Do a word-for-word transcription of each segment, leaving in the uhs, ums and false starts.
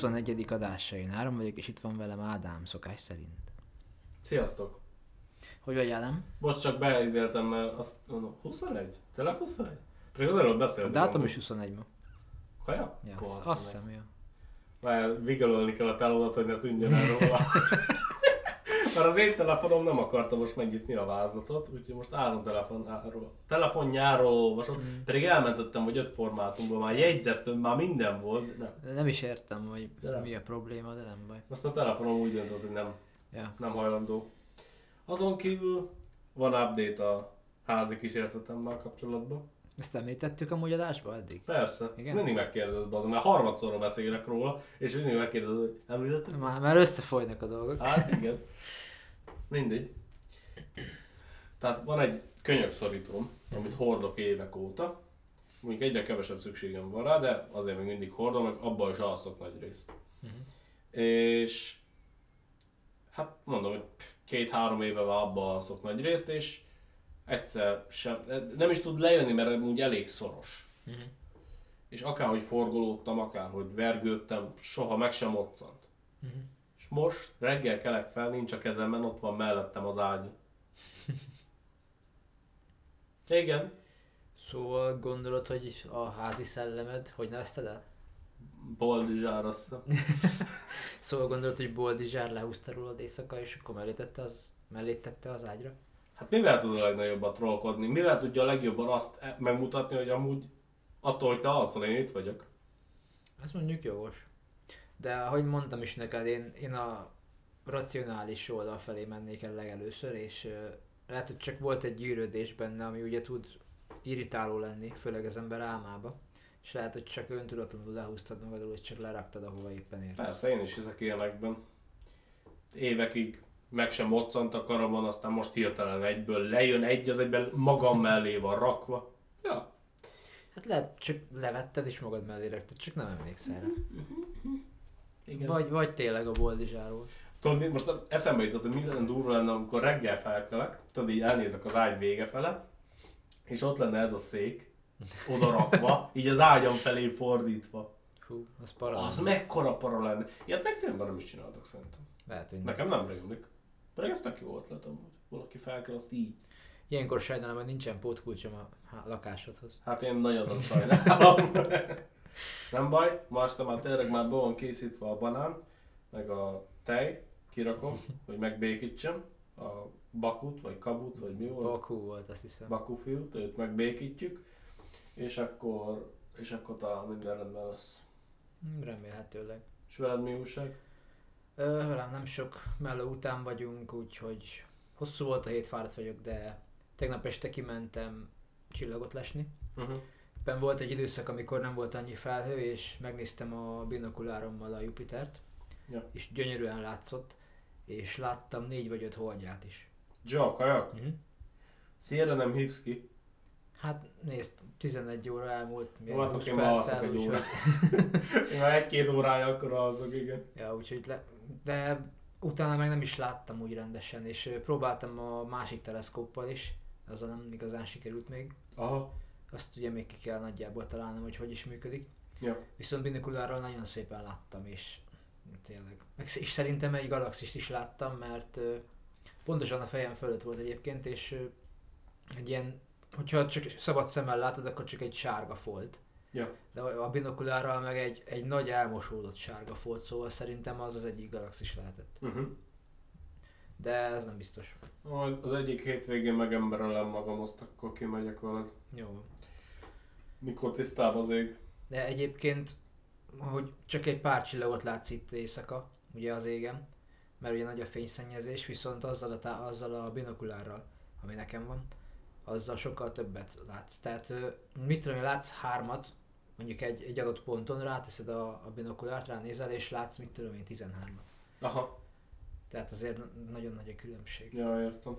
huszonegyedik adása, én Áron vagyok, és itt van velem Ádám, szokás szerint. Sziasztok! Hogy vagy, Ádám? Most csak beizéltem, mert azt mondom, huszonegy? Tényleg huszonegy? Pedig az előbb beszéltünk. A dátum is huszonegy ma. Kaja? Ja, azt, azt hiszem, ja. Már vigololni kell a telódat, hogy ne tűnjön el róla. Mert az én telefonom nem akarta most megnyitni a vázlatot, úgyhogy most Áron telefonjáról, telefonjáról olvasok. Mm. Pedig elmentettem, hogy öt formátumban már jegyzettem, már minden volt. Nem, nem is értem, hogy de mi a probléma, de nem baj. Most a telefonom úgy döntött, hogy nem, ja. nem hajlandó. Azon kívül van update a házi kísértetemmel kapcsolatban. Ezt említettük amúgy adásba eddig? Persze, ezt mindig megkérdezed, azon már harmadszorra beszélek róla, és mindig megkérdezed, hogy említettük? Már, már összefolynak a dolgok. Hát igen. Mindegy. Tehát van egy könyökszorítóm, amit hordok évek óta. Mondjuk egyre kevesebb szükségem van rá, de azért még mindig hordom, meg abban is alszok nagy részt. Uh-huh. És hát mondom, hogy két-három éve már abban alszok nagy részt, és egyszer sem, nem is tud lejönni, mert úgy elég szoros. Uh-huh. És akárhogy forgolódtam, akárhogy vergődtem, soha meg sem moccant. Uh-huh. És most reggel kelek fel, nincs a kezemben, ott van mellettem az ágy. Igen. Szóval gondolod, hogy a házi szellemed, hogy nevezted el? Boldizsár, azt hiszem. Szóval gondolod, hogy Boldizsár lehúzta rólad éjszaka, és akkor mellé tette az, mellé tette az ágyra? Hát mivel tud a legnagyobban trollkodni? Mivel tudja a legjobban azt megmutatni, hogy amúgy attól, hogy te alszol, én itt vagyok? Ez mondjuk jogos. De ahogy mondtam is neked, én, én a racionális oldal felé mennék el legelőször, és uh, lehet, hogy csak volt egy gyűrődés benne, ami ugye tud irritáló lenni, főleg az ember álmába. És lehet, hogy csak öntudatlanul lehúztad magadról, és csak leraktad, ahova éppen ért. Persze, én is hiszek ilyenekben. Évekig meg sem moccant a karamon, aztán most hirtelen egyből lejön, egy az egyben magam mellé van rakva. Ja. Hát lehet, csak levetted és magad mellé raktad, csak nem emlékszel rá. Igen. Vagy, vagy tényleg a Boldizsáról. Tudod, most eszembe jutott, hogy minden durva lenne, amikor reggel felkelek, tudod, így elnézek az ágy vége fele, és ott lenne ez a szék, oda rakva, így az ágyam felé fordítva. Hú, az para. Az mekkora para lenne. Ilyet meg filmben nem is csináltak szerintem. Lehet, hogy Nekem nem rémlik. Pedig ez tök jó ötlet amúgy. Valaki felkel, azt így. Ilyenkor sajnálom, hogy nincsen pótkulcsom a lakásodhoz. Hát én nagyon nem sajnálom. Nem baj, ma este már tényleg már be van készítve a banán, meg a tej, kirakom, hogy megbékítsem. A bakut, vagy kabut, vagy mi volt? Bakú volt, azt hiszem. Bakufiút, őt megbékítjük. És akkor, és akkor talán minden rendben lesz. Remélhetőleg. És veled mi újság? Ö, velem nem sok, mellő után vagyunk, úgyhogy hosszú volt a hét, fáradt vagyok, de tegnap este kimentem csillagot lesni. Uh-huh. Ebben volt egy időszak, amikor nem volt annyi felhő, és megnéztem a binokulárommal a Jupitert, ja. És gyönyörűen látszott, és láttam négy vagy öt holdját is. Joe, kajak? Uh-huh. Szélre nem hívsz ki? Hát nézd, tizenegy óra elmúlt, milyen húsz perccel, egy óra. Én már egy-két órája akkor alszok, igen. Ja, úgyhogy le, de utána meg nem is láttam úgy rendesen, és próbáltam a másik teleszkóppal is, azzal nem igazán sikerült még. Aha. Azt ugye még ki kell nagyjából találnom, hogy hogy is működik. Ja. Viszont binokulárral nagyon szépen láttam, és tényleg. És szerintem egy galaxist is láttam, mert pontosan a fejem fölött volt egyébként, és egy ilyen, hogyha csak szabad szemmel látod, akkor csak egy sárga folt. Ja. De a binokulárral meg egy, egy nagy elmosódott sárga folt, szóval szerintem az az egyik galaxis lehetett. Uh-huh. De ez nem biztos. Az egyik hétvégén megemberelem magam, azt akkor kimegyek veled. Jó. Mikor tisztább az ég? De egyébként, hogy csak egy pár csillagot látsz itt éjszaka, ugye az égen, mert ugye nagy a fényszennyezés, viszont azzal a, tá- azzal a binokulárral, ami nekem van, azzal sokkal többet látsz. Tehát mit tudom, látsz hármat, mondjuk egy, egy adott ponton, ráteszed a, a binokulárt, ránézel, és látsz, mit tudom én, tizenhármat. Aha. Tehát azért nagyon nagy a különbség. Ja, értem.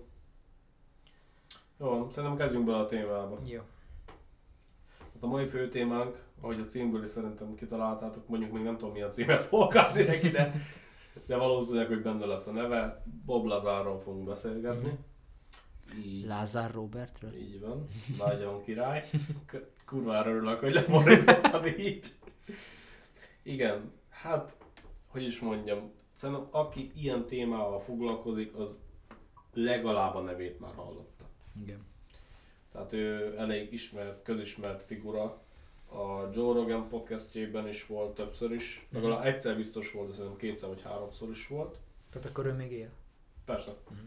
Jó, szerintem kezdjünk bele a témába. Jó. Hát a mai fő témánk, ahogy a címből is szerintem kitaláltátok, mondjuk még nem tudom milyen címet fogok adni neki, de, de valószínűleg, hogy benne lesz a neve. Bob Lazarról fogunk beszélgetni. Mm-hmm. Így. Lázár Robertről? Így van, nagyon király. Kurvára örülök, hogy lefordítottad így. Igen, hát hogy is mondjam, szerintem aki ilyen témával foglalkozik, az legalább a nevét már hallotta. Igen. Tehát ő elég ismert, közismert figura. A Joe Rogan podcastjében is volt többször is. Legalább egyszer biztos volt, de szerintem kétszer vagy háromszor is volt. Tehát akkor ő még él? Persze. Uh-huh.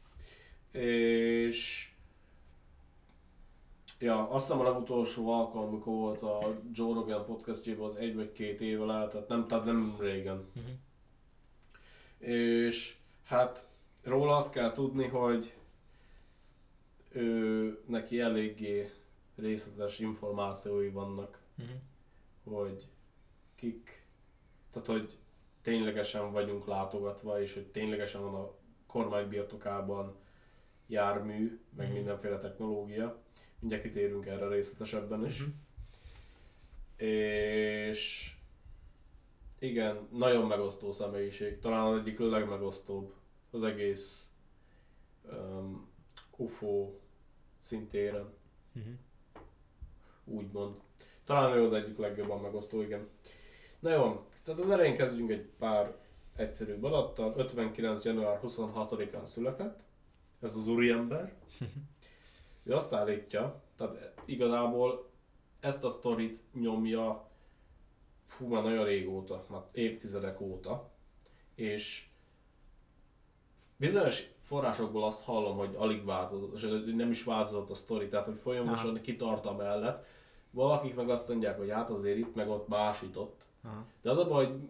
És... Ja, azt hiszem a legutolsó alkalom, amikor volt a Joe Rogan podcastjében, az egy vagy két éve lehet, tehát nem, tehát nem régen. Uh-huh. És hát róla azt kell tudni, hogy ő, neki eléggé részletes információi vannak, Uh-huh. hogy kik, tehát hogy ténylegesen vagyunk látogatva, és hogy ténylegesen van a kormány birtokában jármű, meg Mhm. mindenféle technológia. Mindjárt kitérünk erre részletesebben is. Mhm. És igen, nagyon megosztó személyiség, talán az egyik legmegosztóbb az egész um, u f o szintéren, Uh-huh. úgymond. Talán ő az egyik legjobban megosztó, igen. Na jó, tehát az elején kezdjünk egy pár egyszerűbb adattal. ötvenkilenc január huszonhatodikán született, ez az úriember. Ő azt állítja, tehát igazából ezt a sztorit nyomja fú, már nagyon régóta, már évtizedek óta, és bizonyos forrásokból azt hallom, hogy alig változott, és nem is változott a sztori, tehát hogy folyamatosan Aha. kitart a mellett. Valakik meg azt mondják, hogy hát azért itt meg ott másított. Aha. De az a baj, hogy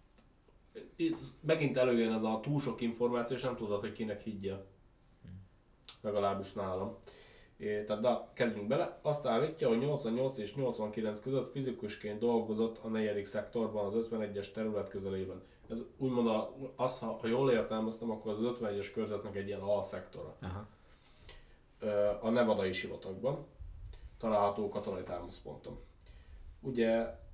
itt megint előjön ez a túl sok információ, és nem tudod, hogy kinek higgye. Legalábbis nálam. É, tehát de kezdjünk bele. Azt állítja, hogy nyolcvannyolc és nyolcvankilenc között fizikusként dolgozott a negyedik szektorban, az ötvenegyes terület közelében. Ez úgymond, a, az, ha, ha jól értelmeztem, akkor az ötvenegyes körzetnek egy ilyen alszektora. Aha. Ö, a nevadai sivatagban található katonai támaszponton. Ugye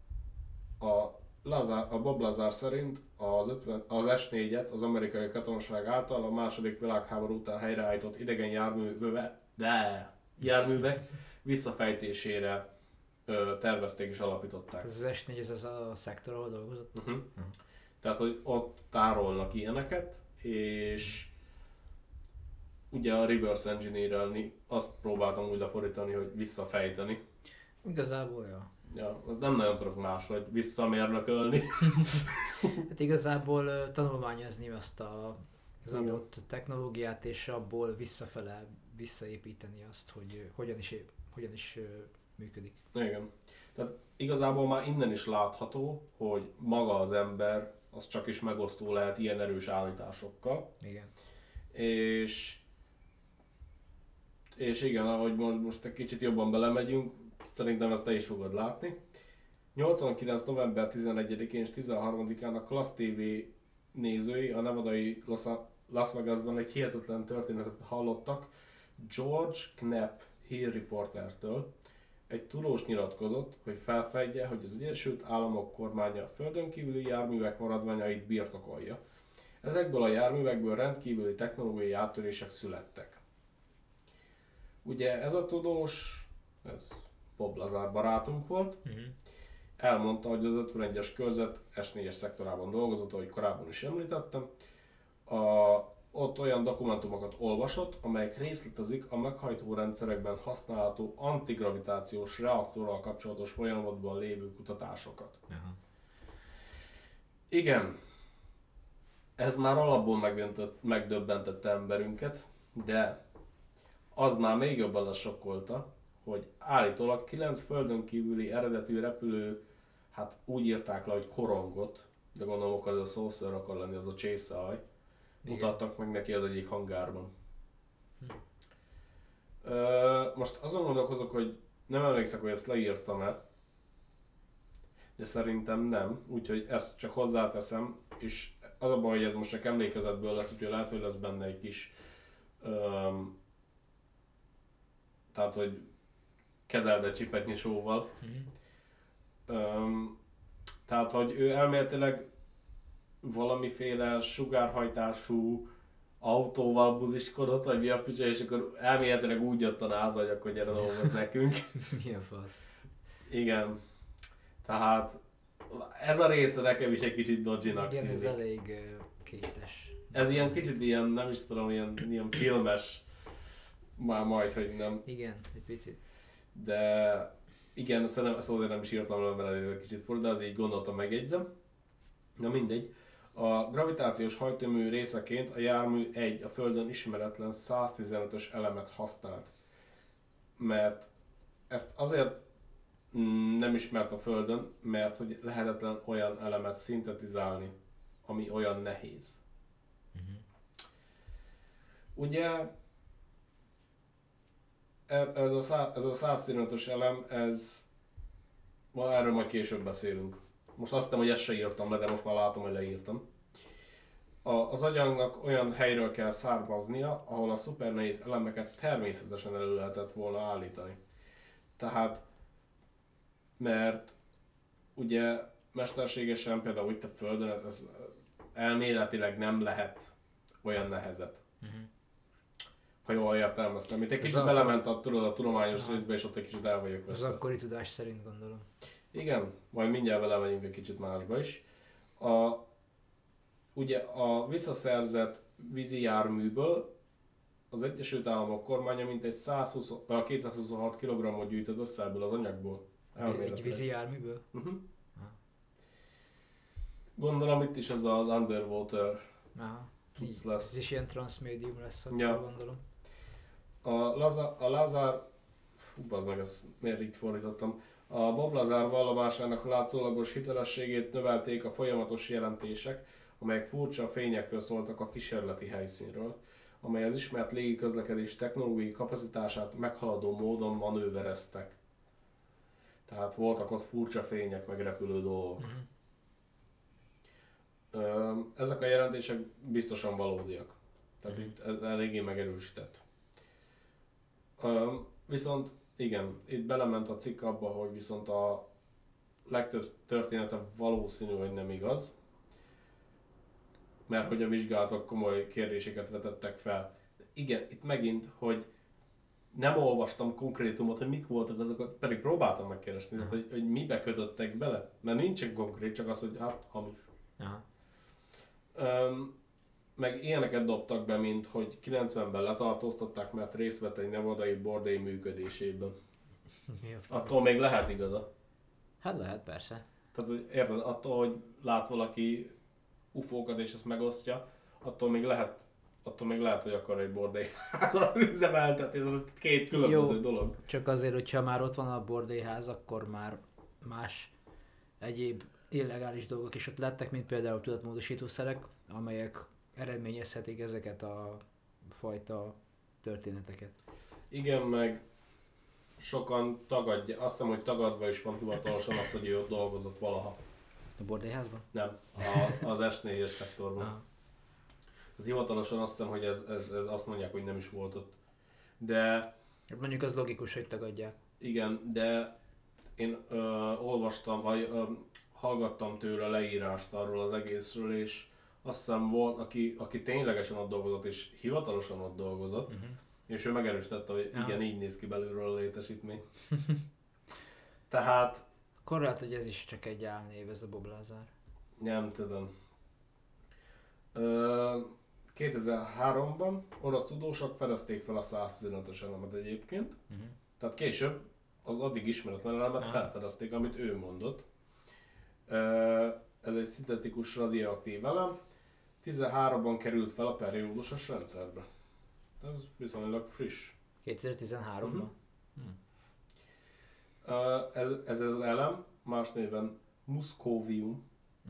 a, Lazar, a Bob Lazar szerint az, ötven, az es négyet az amerikai katonaság által a második világháború után helyreállított idegen járműve, de járművek visszafejtésére ö, tervezték és alapították. Tehát az es négy ez az a szektor, ahol dolgozott? Uh-huh. Tehát, hogy ott tárolnak ilyeneket, és ugye a reverse engineer-elni azt próbáltam úgy lefordítani, hogy visszafejteni. Igazából, ja. Ja, az nem nagyon tudok máshogy visszamérnökölni. Hát igazából ö, tanulmányozni azt a, az Igen. adott technológiát, és abból visszafele visszaépíteni azt, hogy ö, hogyan is, é- hogyan is ö, működik. Igen. Tehát igazából már innen is látható, hogy maga az ember az csak is megosztó lehet ilyen erős állításokkal. Igen. És, és igen, ahogy most, most egy kicsit jobban belemegyünk, szerintem ezt te is fogod látni. nyolcvankilenc november tizenegyedikén és tizenharmadikán a Class té vé nézői a nevadai Los, Las Vegasban egy hihetetlen történetet hallottak George Knapp hír riportertől. Egy tudós nyilatkozott, hogy felfedje, hogy az Egyesült Államok kormánya földön kívüli járművek maradványait birtokolja. Ezekből a járművekből rendkívüli technológiai áttörések születtek. Ugye ez a tudós, ez Bob Lazar barátunk volt, Uh-huh. elmondta, hogy az ötvenegyes körzet es négyes szektorában dolgozott, ahogy korábban is említettem. A, ott olyan dokumentumokat olvasott, amelyek részletezik a meghajtó rendszerekben használható antigravitációs reaktorral kapcsolatos folyamatban lévő kutatásokat. Aha. Igen, ez már alapból megdöntött, megdöbbentette emberünket, de az már még jobban lesokkolta, hogy állítólag kilenc földön kívüli eredetű repülő, hát úgy írták le, hogy korongot, de gondolom akkor ez a Saucer akar lenni, az a csészehaj, mutattak meg neki az egyik hangárban. Hm. Ö, most azon gondolkozok, hogy nem emlékszek, hogy ezt leírtam-e, de szerintem nem, úgyhogy ezt csak hozzáteszem, és az a baj, hogy ez most csak emlékezetből lesz, úgyhogy lehet, hogy lesz benne egy kis öm, tehát, hogy kezeld egy csipetnyi sóval. Uh-huh. Öm, tehát, hogy ő elméletileg valamiféle sugárhajtású autóval buziskodott, vagy mi a picsa, és akkor elméletileg úgy jött a náza, hogy akkor gyere dolgoz nekünk. Mi a fasz? Igen. Tehát ez a része nekem is egy kicsit dodgy-nak Igen, ez tűnik. elég uh, kétes. Ez ilyen kicsit ilyen, nem is tudom, ilyen, ilyen filmes, már majd, hogy nem. Igen, egy picit. De igen, szerintem ezt azért nem is írtam le, mert ez egy kicsit fura, de azért így gondoltam, megjegyzem. Na mindegy. A gravitációs hajtómű részeként a jármű egy a Földön ismeretlen száztizenötös elemet használt. Mert ezt azért mm, nem ismert a Földön, mert hogy lehetetlen olyan elemet szintetizálni, ami olyan nehéz. Uh-huh. Ugye e- ez a, szá- ez a száztizenötös elem, ez, ma erről majd később beszélünk. Most azt hiszem, hogy ezt se írtam le, de most már látom, hogy leírtam. A, az agyagnak olyan helyről kell származnia, ahol a szupernehéz elemeket természetesen elő lehetett volna állítani. Tehát, mert ugye mesterségesen például itt a Földön ez elméletileg nem lehet olyan nehezet. Uh-huh. Ha jól értelmeztem. Itt egy Ez kicsit a- belement a, tudod, a tudományos Aha. részbe, és ott egy kicsit el vagyok Az veszve. akkori tudás szerint gondolom. Igen, majd mindjárt vele megyünk egy kicsit másba is. A, ugye a visszaszerzett vízi járműből az Egyesült Államok kormánya mintegy százhúsz, a kétszázhuszonhat kilogrammot gyűjtött össze ebből az anyagból. Egy vízi járműből? Uh-huh. Aha. Gondolom itt is ez az underwater Aha. cucc Így, lesz. Ez is ilyen transmédium lesz, akkor Ja. gondolom. A, Laza, a Lázár, fú, bazd meg, ezt miért így fordítottam. A Bob Lazar vallomásának látszólagos hitelességét növelték a folyamatos jelentések, amelyek furcsa fényekről szóltak a kísérleti helyszínről, amely az ismert légiközlekedés technológiai kapacitását meghaladó módon manővereztek. Tehát voltak ott furcsa fények, meg repülő dolgok. Uh-huh. Ö, Ezek a jelentések biztosan valódiak. Tehát Mhm. itt ez eléggé megerősített. Ö, Viszont igen, itt belement a cikk abba, hogy viszont a legtöbb története valószínű, hogy nem igaz. Mert hogy a vizsgálatok komoly kérdéseket vetettek fel. Igen, itt megint, hogy nem olvastam konkrétumot, hogy mik voltak azok, pedig próbáltam megkeresni, tehát, hogy, hogy mibe kötöttek bele. Mert nincsen konkrét, csak az, hogy hát hamis. Aha. Öm, meg ilyeneket dobtak be, mint hogy kilencvenben letartóztatták, mert részt vett egy nevadai bordély működésében. Mi a fasz? Attól még lehet igaza. Hát lehet, persze. Tehát hogy érted, attól, hogy lát valaki ufókat és ezt megosztja, attól még lehet, attól még lehet, hogy akar egy bordélyházat üzemeltetni, ez két különböző Jó. dolog. Csak azért, hogyha már ott van a bordélyház, akkor már más egyéb illegális dolgok is ott lettek, mint például tudatmódosítószerek, amelyek eredményezhetik ezeket a fajta történeteket. Igen, meg sokan tagadja, azt hiszem, hogy tagadva is van hivatalosan az, hogy ő ott dolgozott valaha. A bordélyházban? Nem, a, az es négy szektorban. Aha. Az hivatalosan azt hiszem, hogy ez, ez, ez azt mondják, hogy nem is volt ott. De Hát mondjuk az logikus, hogy tagadják. igen, de én ö, olvastam, vagy ö, hallgattam tőle leírást arról az egészről, és azt hiszem volt, aki, aki ténylegesen ott dolgozott, és hivatalosan ott dolgozott, Uh-huh. és ő megerősítette, hogy Ja. igen, így néz ki belülről a létesítmény. Tehát Akkor lehet, hogy ez is csak egy álnév, ez a Bob Lazar. nem tudom. Ö, kétezer-háromban orosz tudósok fedezték fel a száztizenötös elemet egyébként. Uh-huh. Tehát később az addig ismeretlen elemet Aha. felfedezték, amit ő mondott. Ö, Ez egy szintetikus radioaktív elem. tizenháromban került fel a periódusos rendszerbe. Ez viszonylag friss. kétezer-tizenháromban? Mhm. Ö, Ez, ez az elem, más néven muszkóvium.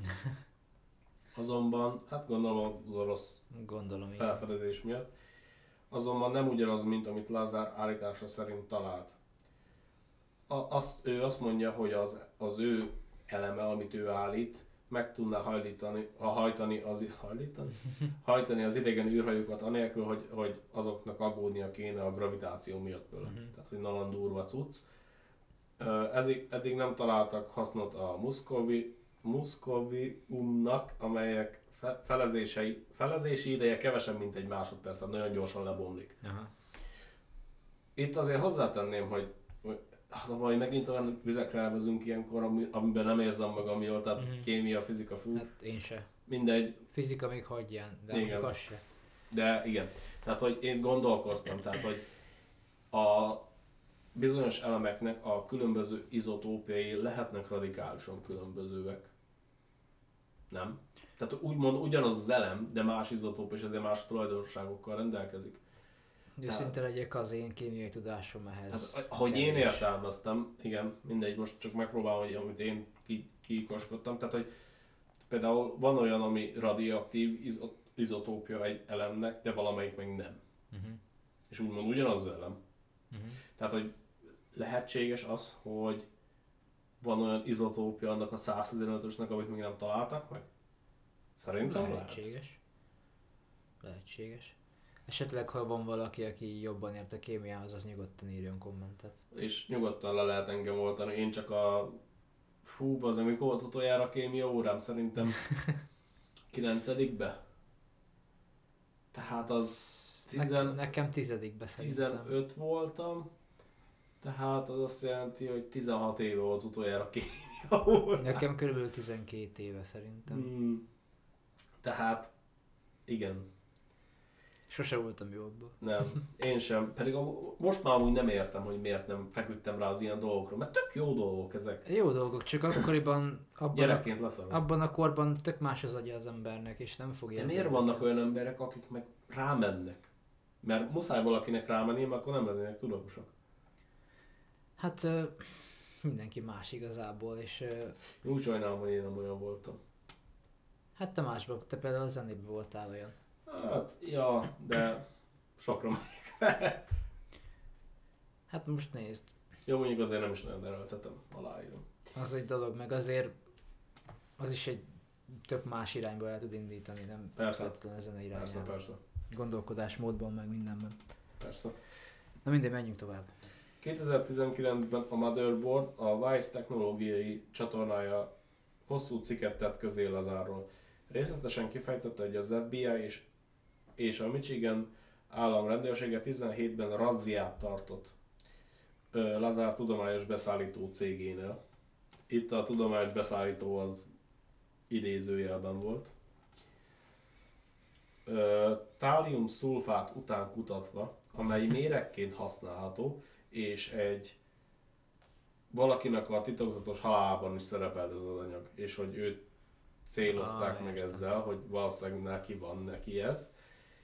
Azonban, hát gondolom az orosz Gondolom, igen. felfedezés miatt, azonban nem ugyanaz, mint amit Lazar állítása szerint talált. A, azt, ő azt mondja, hogy az, az ő eleme, amit ő állít, meg tudná hajlítani, ha hajtani az, hajlítani? hajtani az idegen űrhajókat anélkül, hogy, hogy azoknak aggódnia kéne a gravitáció miatt vele. Mhm. Tehát, hogy nagyon durva cucc. Ö, Ezig, eddig nem találtak hasznot a muszkovi, muszkoviumnak, amelyek fe, felezései, felezési ideje kevesebb, mint egy másodperc, tehát nagyon gyorsan lebomlik. Aha. Itt azért hozzátenném, hogy az a baj, megint olyan vizekre elvezünk ilyenkor, ami, amiben nem érzem magam jól, tehát Mhm. kémia, fizika, fú, Hát én se. mindegy, Fizika még hagyján, de Igen. mondjuk az se. de igen. Tehát, hogy én gondolkoztam, tehát, hogy a bizonyos elemeknek a különböző izotópiai lehetnek radikálisan különbözőek. Nem? Tehát úgymond ugyanaz az elem, de más izotóp és ezért más tulajdonságokkal rendelkezik. De Tehát- szinte legyek az én kémiai tudásom ehhez. Tehát, ahogy én kevés. értelmeztem, igen, mindegy, most csak megpróbálom, hogy amit én ki, kiikoskodtam, tehát, hogy például van olyan, ami radioaktív izo- izotópja egy elemnek, de valamelyik meg nem. Uh-huh. És úgymond ugyanaz az elem. Uh-huh. Tehát, hogy lehetséges az, hogy van olyan izotópja annak a száztizenötösnek, amit még nem találtak meg? Szerintem lehet. Lehetséges. Lehetséges. Esetleg, ha van valaki, aki jobban ért a kémiához, az nyugodtan írjon kommentet. És nyugodtan le lehet engem oltani. Én csak a... Fú, az amikor volt utoljára kémia órám, szerintem kilencedikbe. Tehát az tizen... Nekem, nekem tizedikbe szerintem. tizenöt voltam. Tehát az azt jelenti, hogy tizenhat éve volt utoljára kémia órám. Nekem körülbelül tizenkét éve szerintem. Hmm. Tehát igen. Sose voltam jó abban. Nem, én sem. Pedig a, most már úgy nem értem, hogy miért nem feküdtem rá az ilyen dolgokra, mert tök jó dolgok ezek. Jó dolgok, csak akkoriban abban, a, Gyerekként leszarod. abban a korban tök más az agya az embernek, és nem fogja De az miért érdekelni. vannak olyan emberek, akik meg rámennek? Mert muszáj valakinek rámenni, mert akkor nem lennének tudatosak. Hát ö, mindenki más igazából, és ö, Én úgy sajnálom, hogy én nem olyan voltam. hát te másban, te például a zenében voltál olyan. Hát, ja, de sokra megyek. Hát most nézd, Jó, mondjuk azért nem is nagyon erőltetem, aláírom. az egy dolog, meg azért az is egy tök más irányba el tud indítani, nem Persze. feltétlenül a zene Persze, irányába. persze, Gondolkodásmódban, meg mindenben. persze. Na mindegy, menjünk tovább. kétezer-tizenkilencben a Motherboard, a Vice technológiai csatornája hosszú cikket tett közé Lazarról. Részletesen kifejtette, hogy az ef bé i és, és a Michigan államrendőrsége tizenhétben razziát tartott ö, Lazar tudományos beszállító cégénél. Itt a tudományos beszállító az idézőjelben volt. Ö, tálium szulfát után kutatva, amely méregként használható, és egy valakinek a titokzatos halálában is szerepelt ez az anyag, és hogy őt célozták Ah, meg értem. ezzel, hogy valószínűleg neki van neki ez.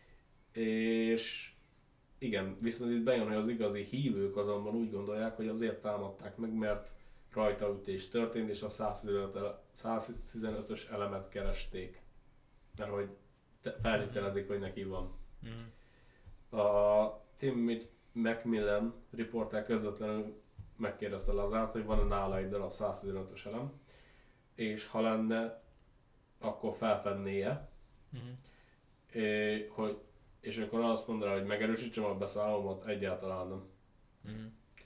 És igen, viszont itt bejön, hogy az igazi hívők azonban úgy gondolják, hogy azért támadták meg, mert rajtaütés történt, és a száztizenötös elemet keresték. Mert hogy te- feltételezik, hogy neki van. Mm. A Tim Macmillan riporter közvetlenül megkérdezte Lazárt, hogy van-e nála egy darab száztizenötös elem, és ha lenne, akkor felfednie, Mm. és, hogy, és akkor azt mondaná, hogy megerősítsem a beszállómat, egyáltalán nem. Mm.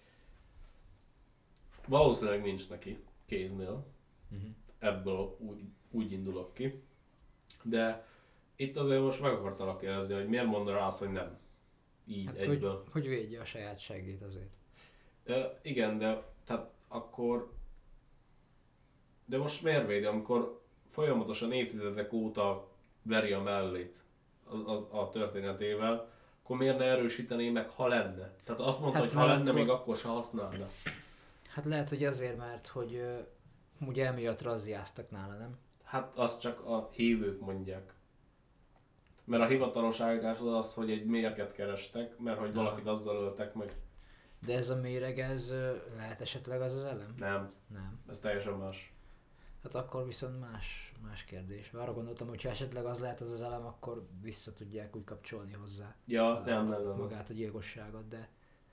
Valószínűleg nincs neki kéznél, Mm. ebből úgy, úgy indulok ki, de itt azért most meg akartalak kérdezni, hogy miért mondaná azt, hogy nem. Így Hát, egyből. hogy, hogy védje a saját segít azért. Ö, igen, de tehát akkor... De most miért védi, amikor folyamatosan évtizedek óta veri a mellét a, a, a történetével, akkor miért ne erősítené meg, ha lenne? Tehát azt mondta, Hát hogy ha mert lenne, akkor- még akkor se használna. Hát lehet, hogy azért, mert hogy ö, ugye emiatt razziáztak nála, nem? Hát azt csak a hívők mondják. Mert a hivatalos állítás az az, hogy egy mérget kerestek, mert hogy valakit azzal öltek meg. De ez a méreg, ez ö, lehet esetleg az az elem? Nem, Nem. ez teljesen más. Hát akkor viszont más, más kérdés. Arra gondoltam, hogy ha esetleg az lehet az az elem, akkor vissza tudják úgy kapcsolni hozzá Ja, a- nem, nem, nem. nem. magát a gyilkosságot, de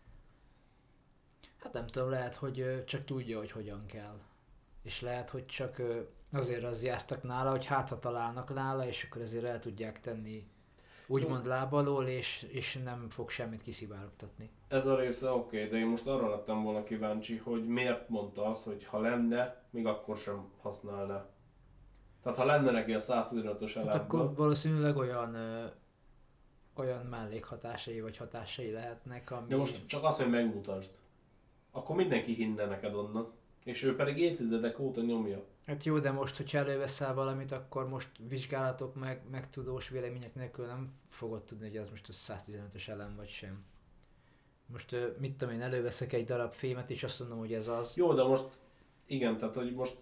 hát nem tudom, lehet, hogy ö, csak tudja, hogy hogyan kell. És lehet, hogy csak ö, azért razziáztak nála, hogy hát ha találnak nála, és akkor ezért el tudják tenni úgymond láb alól, és, és nem fog semmit kiszivárogtatni. Ez a része oké, okay, de én most arra lettem volna kíváncsi, hogy miért mondta azt, hogy ha lenne, még akkor sem használná. Tehát ha lenne neki a száztizenötös Hát elemből, akkor valószínűleg olyan ö, olyan mellékhatásai vagy hatásai lehetnek, ami... de most csak az, hogy megmutasd. akkor mindenki hinne neked onnan. És ő pedig évtizedek óta nyomja. Hát jó, de most, hogyha előveszel valamit, akkor most vizsgálatok meg, meg tudós vélemények nélkül nem fogod tudni, hogy az most a száztizenötös elem vagy sem. Most ö, mit tudom én, előveszek egy darab fémet és azt mondom, hogy ez az. Jó, de most, igen, tehát hogy most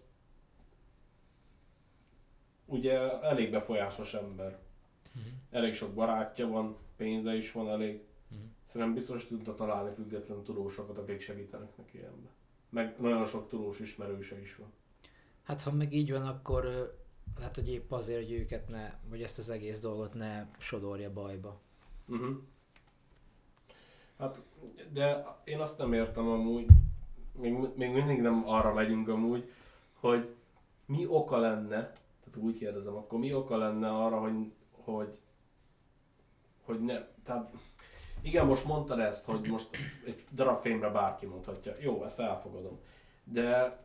ugye elég befolyásos ember. Uh-huh. Elég sok barátja van, pénze is van elég. Uh-huh. Szerintem biztos tudta találni független tudósokat, akik segítenek neki ebben. Meg nagyon sok tudós ismerőse is van. Hát ha meg így van, akkor ö, lehet, hogy épp azért, hogy őket ne, vagy ezt az egész dolgot ne sodorja bajba. Uh-huh. Hát, de én azt nem értem amúgy, még, még mindig nem arra megyünk amúgy, hogy mi oka lenne, tehát úgy kérdezem, akkor mi oka lenne arra, hogy, hogy, hogy ne, tehát igen, most mondtad ezt, hogy most egy darab fémre bárki mondhatja. Jó, ezt elfogadom. De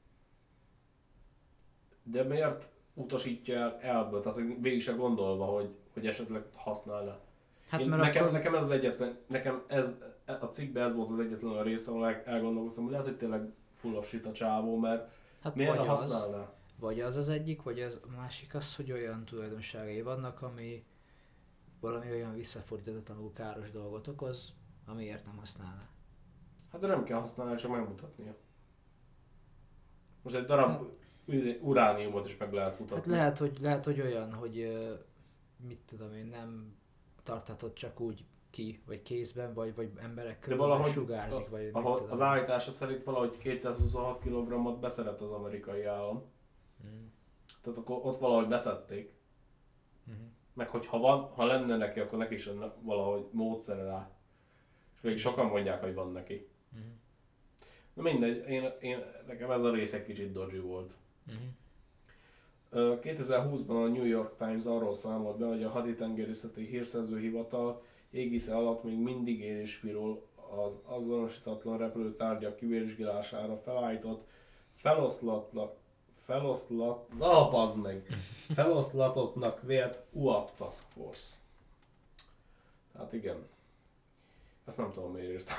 de miért utasítja el elből? Tehát hogy végig se gondolva, hogy, hogy esetleg használna. Hát Én, mert nekem, akkor... nekem ez az egyetlen, nekem ez, a cikkben ez volt az egyetlen a része, ahol el- elgondolkoztam, hogy lehet, hogy tényleg full of shit a csávó, mert Hát miért ne vagy az, használná? vagy az az egyik, vagy az a másik az, hogy olyan tulajdonságai vannak, ami valami olyan visszafordítatlanul káros dolgot okoz, amiért nem használná. Hát de nem kell használni, csak megmutatnia. Most egy darab üzé- urániumot is meg lehet Hát mutatni. lehet, hogy, lehet, hogy olyan, hogy ö, mit tudom én, nem tarthatod csak úgy ki, vagy kézben, vagy, vagy emberek körül valahogy sugárzik, vagy mit Ahol tudom. az állítása szerint valahogy kétszázhuszonhat kilogrammot beszedett az amerikai állam. Mm. Tehát akkor ott valahogy beszedték. Mhm. Meg hogy ha, van, ha lenne neki, akkor neki is lenne valahogy módszere rá. És még sokan mondják, hogy van neki. Mhm. Na mindegy, én, én, nekem ez a rész egy kicsit dodgy volt. Mhm. Ö, kétezer-húszban a New York Times arról számolt be, hogy a haditengerészeti hírszerző hivatal égisze alatt még mindig él és virul az azonosítatlan repülőtárgyak kivizsgálására felállított feloszlatlan feloszlat... Ah, bazd meg! Feloszlatottnak vélt u á pé Task Force. Hát igen. Ezt nem tudom, miért írtam.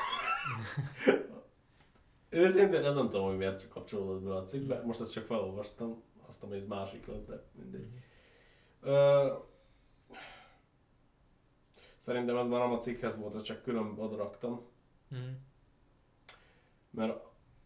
Őszintén ez nem tudom, hogy miért kapcsolódott bele a cikkbe. Most ezt csak felolvastam. Azt tudom, hogy ez másik rossz, de mindegy. Ö... Szerintem ez már nem a cikkhez volt, ezt csak külön odaraktam. Mhm. Mert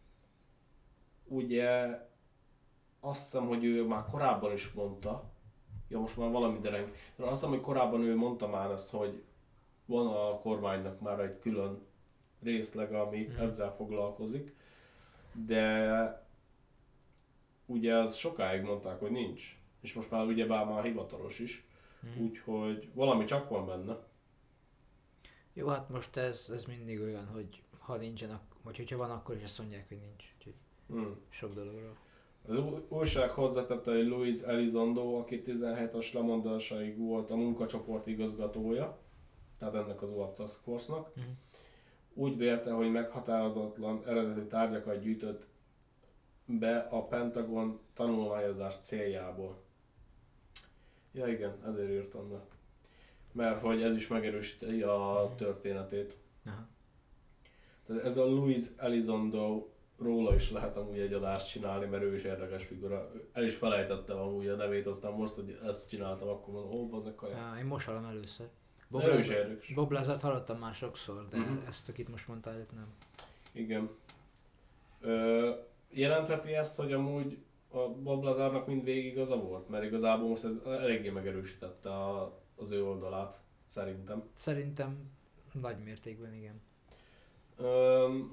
ugye azt hiszem, hogy ő már korábban is mondta, ja most már valami dereng, de azt hiszem, hogy korábban ő mondta már ezt, hogy van a kormánynak már egy külön részlege, ami Mhm. ezzel foglalkozik, de ugye az sokáig mondták, hogy nincs, és most már ugye bár már hivatalos is, Mhm. úgyhogy valami csak van benne. Jó, hát most ez, ez mindig olyan, hogy ha nincsen, ak- vagy hogyha van, akkor is azt mondják, hogy nincs. Úgyhogy Hmm. sok dologról. Az új- újság hozzátette, hogy Luis Elizondo, aki tizenhetes lemondásaig volt a munkacsoport igazgatója, tehát ennek az u á pé Task Force-nak, Mhm. úgy vélte, hogy meghatározatlan eredeti tárgyakat gyűjtött be a Pentagon tanulmányozás céljából. Ja igen, ezért írtam le. Mert hogy ez is megerősíti a történetét. Aha. Tehát ez a Luis Elizondo, róla is lehet amúgy egy adást csinálni, mert ő is érdekes figura. El is felejtettem amúgy a nevét, aztán most, hogy ezt csináltam, akkor mondom, ó, bazeg kaja. Ja, én most hallom először. De ő is érdekes. Bob Lazart hallottam már sokszor, de Mhm. ezt, akit most mondtál, őt nem. Igen. Ö, jelentheti ezt, hogy amúgy a Bob Lazarnak mindvégig igaza volt? Mert igazából most ez eléggé megerősítette a, az ő oldalát, szerintem. Szerintem nagy mértékben igen. Öm,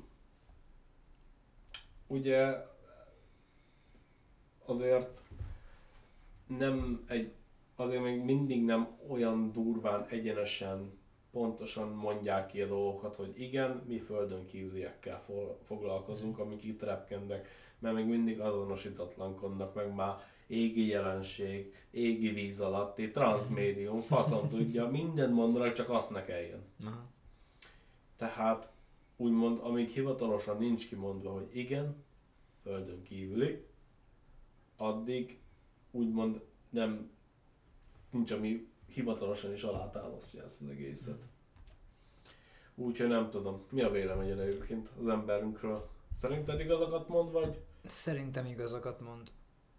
ugye azért nem egy, azért még mindig nem olyan durván, egyenesen, pontosan mondják ki a dolgokat, hogy igen, mi földön kívüliekkel fo- foglalkozunk, amik itt repkednek, mert még mindig azonosítatlankodnak, meg már égi jelenség, égi víz alatti, transmédium, faszon tudja, mindent mondanak, csak azt ne kelljen. Aha. Tehát úgymond, amíg hivatalosan nincs kimondva, hogy igen, földön kívüli, addig úgymond nem, nincs, ami hivatalosan is alátámasztja ezt az egészet. Úgyhogy nem tudom. Mi a véleményed egyébként az emberünkről? Szerinted igazakat mond, vagy? Szerintem igazakat mond.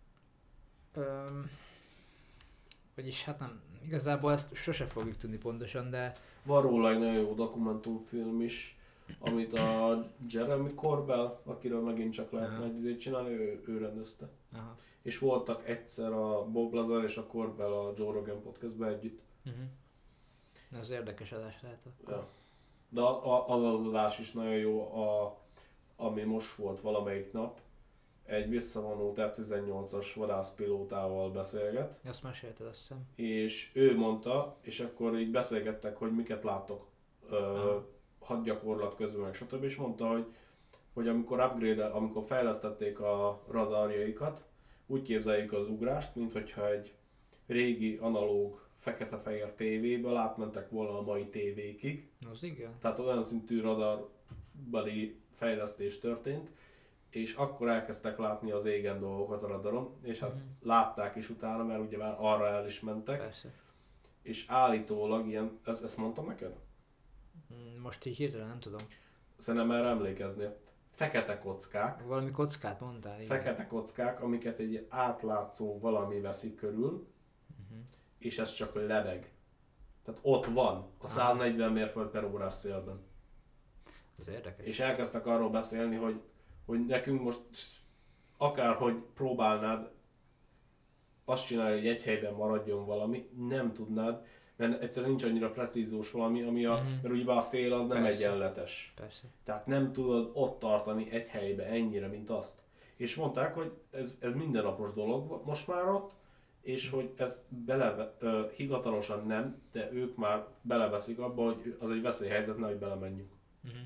Öm, vagyis hát nem, igazából ezt sose fogjuk tudni pontosan, de Van róla egy nagyon jó dokumentumfilm is, amit a Jeremy Corbell, akiről megint csak lehetne Aha. egy izét csinálni, ő, ő rendezte. aha. És voltak egyszer a Bob Lazar és a Corbell a Joe Rogan podcastben együtt. Uh-huh. Az érdekes adás lehet. Ja. De a- a- az az adás is nagyon jó, a, ami most volt valamelyik nap. Egy visszavonult ef tizennyolcas vadászpilótával beszélget, Azt mesélted, azt hiszem. és ő mondta, és akkor így beszélgettek, hogy miket láttok ö, Aha. hadgyakorlat közben, meg stb. És mondta, hogy, hogy amikor upgrade amikor fejlesztették a radarjaikat, úgy képzeljük az ugrást, mint hogyha egy régi analóg fekete-fehér tévéből átmentek volna a mai tévékig. Az igen? Tehát olyan szintű radarbeli fejlesztés történt, és akkor elkezdtek látni az égen dolgokat a radaron, és hát Mhm. látták is utána, mert ugye már arra el is mentek, Persze. és állítólag ilyen, ezt, ezt mondtam neked? Mm, Most így hirtelen nem tudom. Szerintem erre emlékeznél. Fekete kockák, Valami kockát mondtál, igen. fekete kockák, amiket egy átlátszó valami veszi körül, Uh-huh. és ez csak lebeg. Tehát ott van, a száznegyven mérföld per órás szélben. Az érdekes. És elkezdtek arról beszélni, hogy, hogy nekünk most akárhogy próbálnád azt csinálni, hogy egy helyben maradjon valami, nem tudnád, mert egyszerűen nincs annyira precízós valami, ami a, Mhm. mert ugye a szél az nem Persze. egyenletes. Persze. Tehát nem tudod ott tartani egy helybe ennyire, mint azt. És mondták, hogy ez, ez mindennapos dolog most már ott, és hogy ezt beleve, ö, hivatalosan nem, de ők már beleveszik abba, hogy az egy veszélyhelyzet, nehogy belemenjünk. Uh-huh.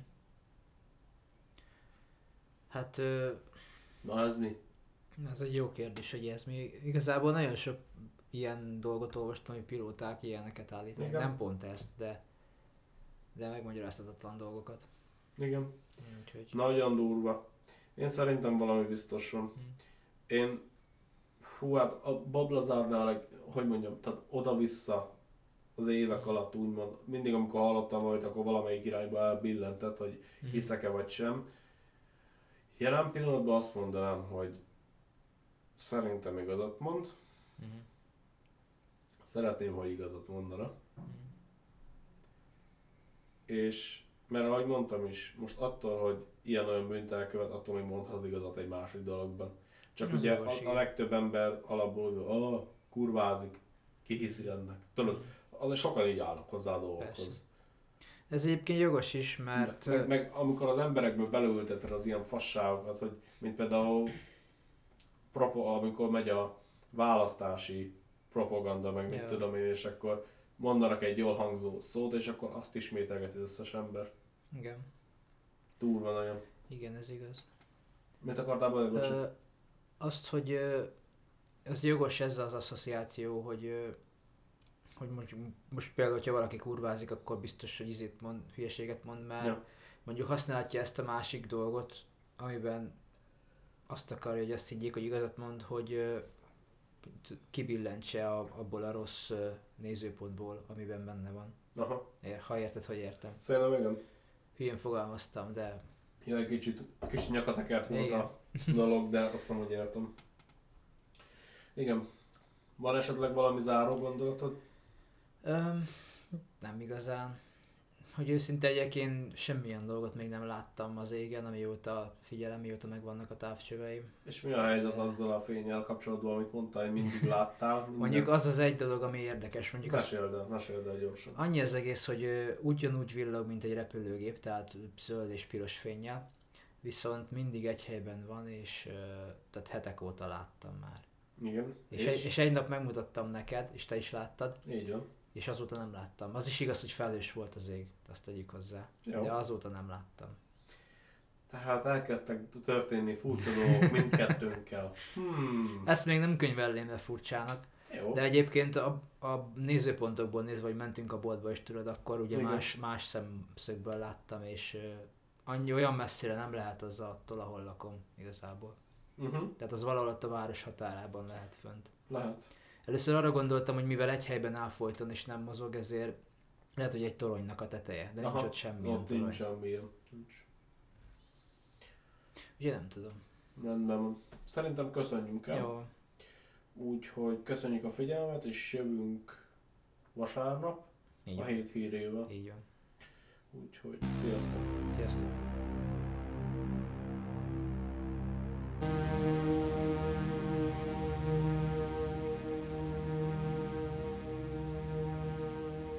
Hát ö, Na ez mi? ez egy jó kérdés, hogy ez mi. Igazából nagyon sok ilyen dolgot olvastam, hogy pilóták ilyeneket állítanak. Igen. Nem pont ezt, de de megmagyarázhatatlan dolgokat. Igen. Úgyhogy... Nagyon durva. Én szerintem valami biztos van. Hm. Én, hú, hát a Bob Lazarnál, hogy mondjam, tehát oda-vissza az évek alatt úgymond, mindig amikor hallottam valamit, akkor valamelyik irányba elbillentett, hogy Mhm. hiszek-e vagy sem. Jelen pillanatban azt mondanám, hogy szerintem igazat mond. Mhm. Szeretném, ha igazat mondana. Mhm. És, mert ahogy mondtam is, most attól, hogy ilyen-olyan bűnt elkövet, attól még mondhat igazat egy másik dologban. Csak Az ugye igaz, a, a igen. legtöbb ember alapból, hogy oh, kurvázik, ki hiszi ennek. Tudod, azért sokan így állnak hozzá a dolgokhoz. Persze. Ez egyébként jogos is, mert... Meg, meg amikor az emberekből belülteted az ilyen fasságokat, hogy mint például propo, amikor megy a választási propaganda, meg mit Ja. tudom én, és akkor mondanak egy jól hangzó szót, és akkor azt ismételgeti az összes ember. Igen. Durva nagyon. Igen, ez igaz. Mit akartál mondani, bocsi? Ö, azt, hogy ö, ez jogos ez az asszociáció, hogy ö, hogy most, most például, hogyha valaki kurvázik, akkor biztos, hogy izét mond, hülyeséget mond, mert Ja. mondjuk használhatja ezt a másik dolgot, amiben azt akarja, hogy azt higgyék, hogy igazat mond, hogy ö, kibillentse a, abból a rossz ö, nézőpontból, amiben benne van. Aha. Ér, ha érted, hogy értem. Szerintem igen. Hülyén fogalmaztam, de Ja, egy kicsit, kicsit nyakatekert volt Igen. a dolog, de azt hiszem, hogy értem. Igen. Van esetleg valami záró gondolatod? öm, nem igazán. Hogy őszinte legyek, én semmilyen dolgot még nem láttam az égen, amióta figyelem, mióta megvannak a távcsöveim. És mi a helyzet azzal a fénnyel kapcsolatban, amit mondtál, hogy mindig láttál? Minden... Mondjuk az az egy dolog, ami érdekes. Mondjuk az, Meséld el, meséld el gyorsan. annyi az egész, hogy ö, ugyanúgy villog, mint egy repülőgép, tehát zöld és piros fénnyel. Viszont mindig egy helyben van, és ö, tehát hetek óta láttam már. Igen. És, Egy, és egy nap megmutattam neked, és te is láttad, Így van. és azóta nem láttam. Az is igaz, hogy felhős volt az ég, azt tegyük hozzá. Jó. De azóta nem láttam. Tehát elkezdtek történni furcsa dolgok mindkettőnkkel. Hmm. Ezt még nem könyvellém le furcsának, Jó. de egyébként a, a nézőpontokból nézve, hogy mentünk a boltba is tudod, akkor ugye Igen. más, más szemszögből láttam, és uh, annyi olyan messzire nem lehet az attól, ahol lakom igazából. Uh-huh. Tehát az valahol ott a város határában lehet fönt. Lehet. Először arra gondoltam, hogy mivel egy helyben áll folyton és nem mozog, ezért Lehet, hogy egy toronynak a teteje, de nincs Aha, ott semmilyen ott torony. nincs semmilyen. Nincs. Ugye nem tudom. Rendben van. Szerintem köszönjünk el. Jó. Úgyhogy köszönjük a figyelmet, és jövünk vasárnap Így a van. hét hírével. Így van. Úgyhogy sziasztok! Sziasztok.